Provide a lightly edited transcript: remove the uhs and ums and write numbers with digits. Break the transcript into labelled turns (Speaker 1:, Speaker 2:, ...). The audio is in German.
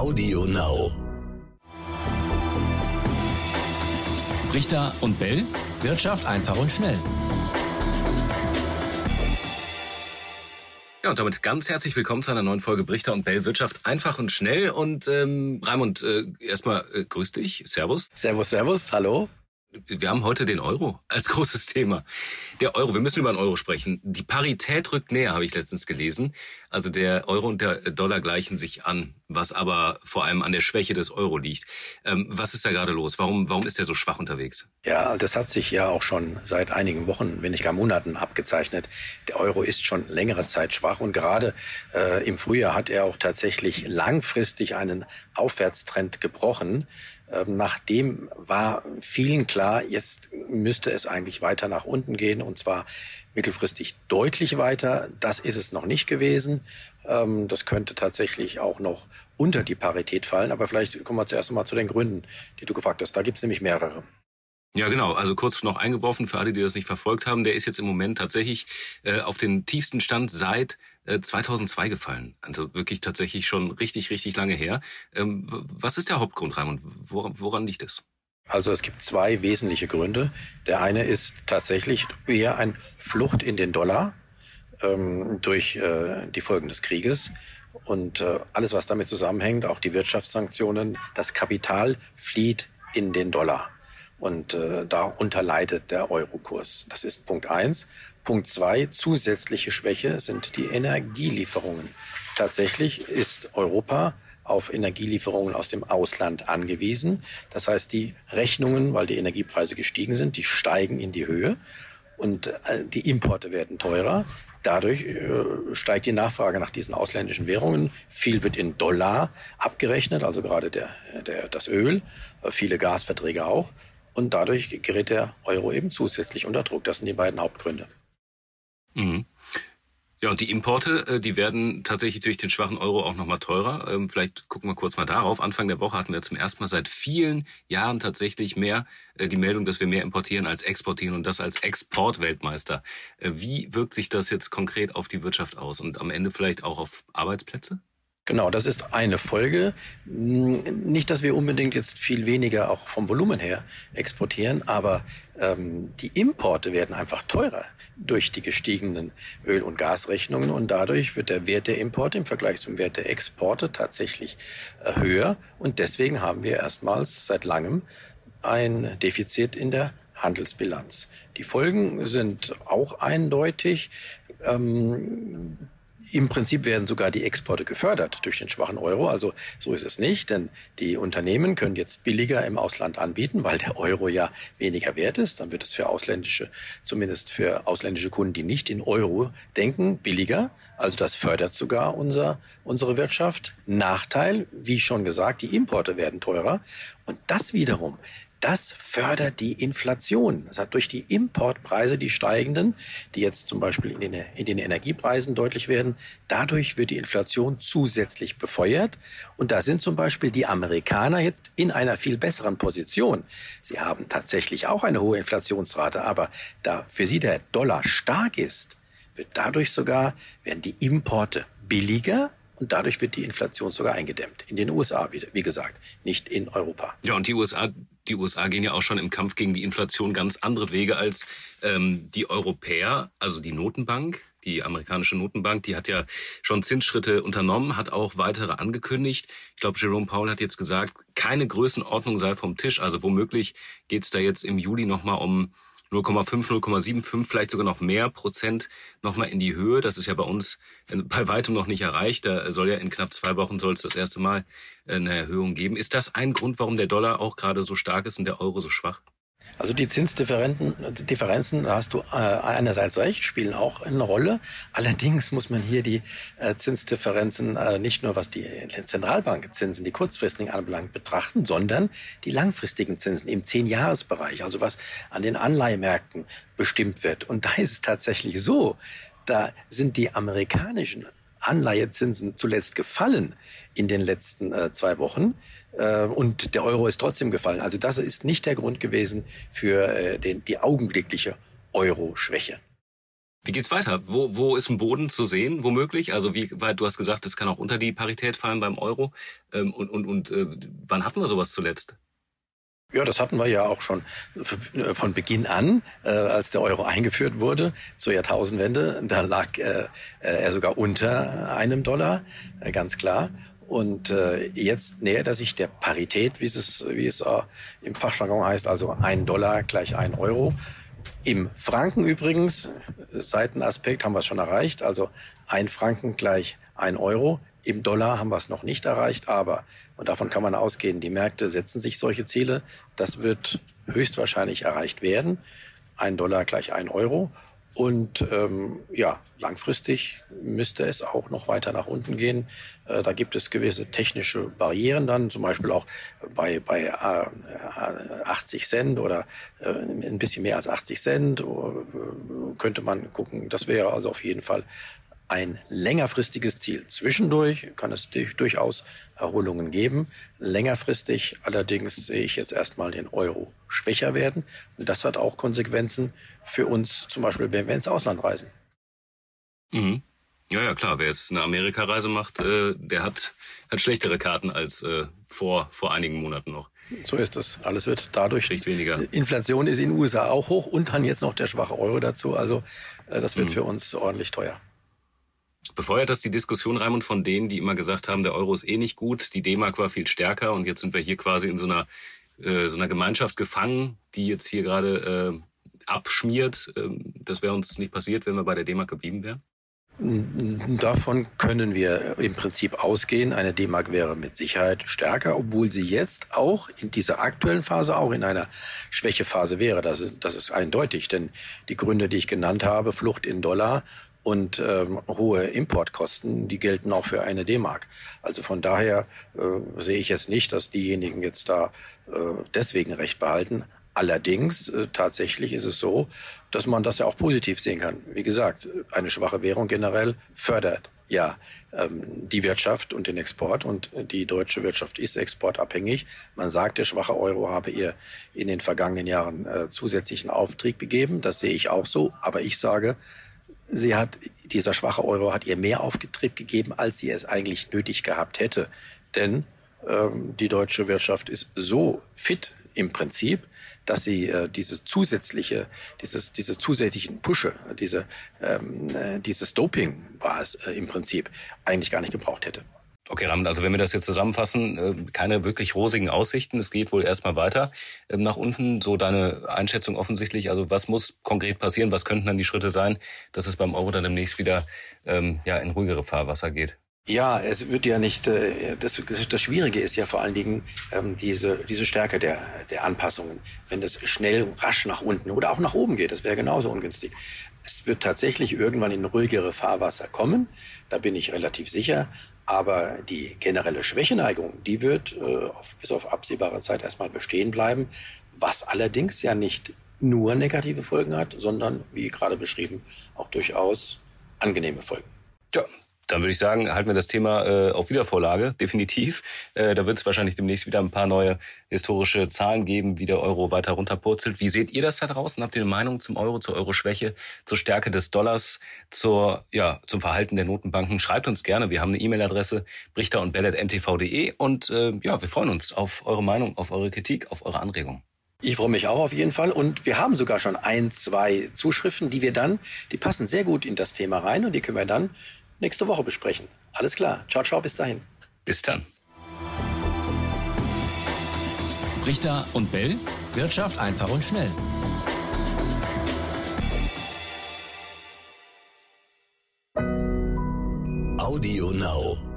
Speaker 1: Audio Now.
Speaker 2: Richter und Bell.
Speaker 1: Wirtschaft einfach und schnell.
Speaker 2: Ja, und damit ganz herzlich willkommen zu einer neuen Folge Brichter und Bell. Wirtschaft einfach und schnell. Und Raimund, erstmal grüß dich. Servus.
Speaker 3: Servus, hallo.
Speaker 2: Wir haben heute den Euro als großes Thema. Der Euro, wir müssen über den Euro sprechen. Die Parität rückt näher, habe ich letztens gelesen. Also der Euro und der Dollar gleichen sich an, was aber vor allem an der Schwäche des Euro liegt. Was ist da gerade los? Warum ist der so schwach unterwegs?
Speaker 3: Ja, das hat sich ja auch schon seit einigen Wochen, wenn nicht gar Monaten abgezeichnet. Der Euro ist schon längere Zeit schwach und gerade im Frühjahr hat er auch tatsächlich langfristig einen Aufwärtstrend gebrochen. Nachdem war vielen klar, jetzt müsste es eigentlich weiter nach unten gehen und zwar mittelfristig deutlich weiter. Das ist es noch nicht gewesen. Das könnte tatsächlich auch noch unter die Parität fallen. Aber vielleicht kommen wir zuerst mal zu den Gründen, die du gefragt hast. Da gibt es nämlich mehrere.
Speaker 2: Ja, genau. Also kurz noch eingeworfen für alle, die das nicht verfolgt haben. Der ist jetzt im Moment tatsächlich auf den tiefsten Stand seit 2002 gefallen. Also wirklich tatsächlich schon richtig, richtig lange her. Was ist der Hauptgrund, Raimund? Woran liegt es?
Speaker 3: Also es gibt zwei wesentliche Gründe. Der eine ist tatsächlich eher eine Flucht in den Dollar durch die Folgen des Krieges. Und alles, was damit zusammenhängt, auch die das Kapital flieht in den Dollar. Und darunter leidet der Eurokurs. Das ist Punkt 1. Punkt 2, zusätzliche Schwäche sind die Energielieferungen. Tatsächlich ist Europa auf Energielieferungen aus dem Ausland angewiesen. Das heißt, die Rechnungen, weil die Energiepreise gestiegen sind, die steigen in die Höhe und die Importe werden teurer. Dadurch steigt die Nachfrage nach diesen ausländischen Währungen. Viel wird in Dollar abgerechnet, also gerade das Öl, viele Gasverträge auch. Und dadurch gerät der Euro eben zusätzlich unter Druck. Das sind die beiden Hauptgründe.
Speaker 2: Mhm. Ja, und die Importe, die werden tatsächlich durch den schwachen Euro auch nochmal teurer. Vielleicht gucken wir kurz mal darauf. Anfang der Woche hatten wir zum ersten Mal seit vielen Jahren tatsächlich mehr die Meldung, dass wir mehr importieren als exportieren und das als Exportweltmeister. Wie wirkt sich das jetzt konkret auf die Wirtschaft aus und am Ende vielleicht auch auf Arbeitsplätze?
Speaker 3: Genau, das ist eine Folge. Nicht, dass wir unbedingt jetzt viel weniger auch vom Volumen her exportieren, aber die Importe werden einfach teurer durch die gestiegenen Öl- und Gasrechnungen und dadurch wird der Wert der Importe im Vergleich zum Wert der Exporte tatsächlich höher und deswegen haben wir erstmals seit langem ein Defizit in der Handelsbilanz. Die Folgen sind auch eindeutig. Im Prinzip werden sogar die Exporte gefördert durch den schwachen Euro. Also so ist es nicht, denn die Unternehmen können jetzt billiger im Ausland anbieten, weil der Euro ja weniger wert ist. Dann wird es zumindest für ausländische Kunden, die nicht in Euro denken, billiger. Also das fördert sogar unsere Wirtschaft. Nachteil, wie schon gesagt, die Importe werden teurer. Und das wiederum, das fördert die Inflation. Das hat durch die Importpreise, die steigenden, die jetzt zum Beispiel in den Energiepreisen deutlich werden, dadurch wird die Inflation zusätzlich befeuert. Und da sind zum Beispiel die Amerikaner jetzt in einer viel besseren Position. Sie haben tatsächlich auch eine hohe Inflationsrate, aber da für sie der Dollar stark ist, werden die Importe billiger. Und dadurch wird die Inflation sogar eingedämmt. In den USA, wie gesagt, nicht in Europa.
Speaker 2: Ja, und die USA gehen ja auch schon im Kampf gegen die Inflation ganz andere Wege als die Europäer. Also die Notenbank, die amerikanische Notenbank, die hat ja schon Zinsschritte unternommen, hat auch weitere angekündigt. Ich glaube, Jerome Powell hat jetzt gesagt, keine Größenordnung sei vom Tisch. Also womöglich geht es da jetzt im Juli nochmal um 0,5, 0,75, vielleicht sogar noch mehr Prozent nochmal in die Höhe. Das ist ja bei uns bei weitem noch nicht erreicht. Da soll ja in knapp 2 Wochen soll es das erste Mal eine Erhöhung geben. Ist das ein Grund, warum der Dollar auch gerade so stark ist und der Euro so schwach?
Speaker 3: Also die Zinsdifferenzen, da hast du einerseits recht, spielen auch eine Rolle. Allerdings muss man hier die Zinsdifferenzen nicht nur was die Zentralbankzinsen, die kurzfristigen anbelangt, betrachten, sondern die langfristigen Zinsen im 10-Jahres-Bereich, also was an den Anleihemärkten bestimmt wird. Und da ist es tatsächlich so, da sind die amerikanischen Anleihezinsen zuletzt gefallen in den letzten 2 Wochen. Und der Euro ist trotzdem gefallen. Also das ist nicht der Grund gewesen für die augenblickliche Euro-Schwäche.
Speaker 2: Wie geht's weiter? Wo ist ein Boden zu sehen, womöglich? Also wie weit, du hast gesagt, es kann auch unter die Parität fallen beim Euro. Wann hatten wir sowas zuletzt?
Speaker 3: Ja, das hatten wir ja auch schon von Beginn an, als der Euro eingeführt wurde, zur Jahrtausendwende. Da lag er sogar unter $1, ganz klar. Und jetzt nähert er sich der Parität, wie es im Fachjargon heißt, also $1 gleich €1. Im Franken übrigens, Seitenaspekt, haben wir es schon erreicht, also 1 Franken gleich €1. Im Dollar haben wir es noch nicht erreicht, aber, und davon kann man ausgehen, die Märkte setzen sich solche Ziele, das wird höchstwahrscheinlich erreicht werden. $1 gleich €1. Und langfristig müsste es auch noch weiter nach unten gehen. Da gibt es gewisse technische Barrieren dann, zum Beispiel auch bei 80 Cent oder ein bisschen mehr als 80 Cent könnte man gucken. Das wäre also auf jeden Fall ein längerfristiges Ziel. Zwischendurch kann es durchaus Erholungen geben. Längerfristig allerdings sehe ich jetzt erstmal den Euro schwächer werden. Und das hat auch Konsequenzen für uns, zum Beispiel, wenn wir ins Ausland reisen.
Speaker 2: Mhm. Ja, klar. Wer jetzt eine Amerikareise macht, der hat schlechtere Karten als vor einigen Monaten noch.
Speaker 3: So ist es. Alles wird dadurch.
Speaker 2: Kriegt weniger.
Speaker 3: Inflation ist in den USA auch hoch und dann jetzt noch der schwache Euro dazu. Also das wird für uns ordentlich teuer.
Speaker 2: Befeuert das die Diskussion, Raimund, von denen, die immer gesagt haben, der Euro ist eh nicht gut, die D-Mark war viel stärker und jetzt sind wir hier quasi in so einer Gemeinschaft gefangen, die jetzt hier gerade abschmiert. Das wäre uns nicht passiert, wenn wir bei der D-Mark geblieben wären?
Speaker 3: Davon können wir im Prinzip ausgehen. Eine D-Mark wäre mit Sicherheit stärker, obwohl sie jetzt auch in dieser aktuellen Phase auch in einer Schwächephase wäre. Das ist eindeutig, denn die Gründe, die ich genannt habe, Flucht in Dollar und hohe Importkosten, die gelten auch für eine D-Mark. Also von daher sehe ich jetzt nicht, dass diejenigen jetzt da deswegen Recht behalten. Allerdings tatsächlich ist es so, dass man das ja auch positiv sehen kann. Wie gesagt, eine schwache Währung generell fördert ja die Wirtschaft und den Export, und die deutsche Wirtschaft ist exportabhängig. Man sagt, der schwache Euro habe ihr in den vergangenen Jahren zusätzlichen Auftrieb gegeben. Das sehe ich auch so. Aber ich sage, dieser schwache Euro hat ihr mehr Auftrieb gegeben, als sie es eigentlich nötig gehabt hätte. Denn die deutsche Wirtschaft ist so fit im Prinzip, dass sie diese zusätzlichen Pushe, dieses Doping war es im Prinzip, eigentlich gar nicht gebraucht hätte.
Speaker 2: Okay, Raimund, also wenn wir das jetzt zusammenfassen, keine wirklich rosigen Aussichten. Es geht wohl erstmal weiter nach unten. So deine Einschätzung offensichtlich. Also was muss konkret passieren? Was könnten dann die Schritte sein, dass es beim Euro dann demnächst wieder in ruhigere Fahrwasser geht?
Speaker 3: Ja, es wird ja nicht, das Schwierige ist ja vor allen Dingen diese Stärke der Anpassungen. Wenn es schnell, rasch nach unten oder auch nach oben geht, das wäre genauso ungünstig. Es wird tatsächlich irgendwann in ruhigere Fahrwasser kommen, da bin ich relativ sicher. Aber die generelle Schwächeneigung, die wird bis auf absehbare Zeit erstmal bestehen bleiben, was allerdings ja nicht nur negative Folgen hat, sondern, wie gerade beschrieben, auch durchaus angenehme Folgen.
Speaker 2: Ja. Dann würde ich sagen, halten wir das Thema auf Wiedervorlage, definitiv. Da wird es wahrscheinlich demnächst wieder ein paar neue historische Zahlen geben, wie der Euro weiter runterpurzelt. Wie seht ihr das da draußen? Habt ihr eine Meinung zum Euro, zur Euro-Schwäche, zur Stärke des Dollars, zum Verhalten der Notenbanken? Schreibt uns gerne. Wir haben eine E-Mail-Adresse, brichter@ntv.de, und wir freuen uns auf eure Meinung, auf eure Kritik, auf eure Anregungen.
Speaker 3: Ich freue mich auch auf jeden Fall, und wir haben sogar schon 2 Zuschriften, die passen sehr gut in das Thema rein, und die können wir dann nächste Woche besprechen. Alles klar. Ciao, ciao, bis dahin.
Speaker 2: Bis dann.
Speaker 1: Brichter und Bell. Wirtschaft einfach und schnell.
Speaker 4: Audio Now.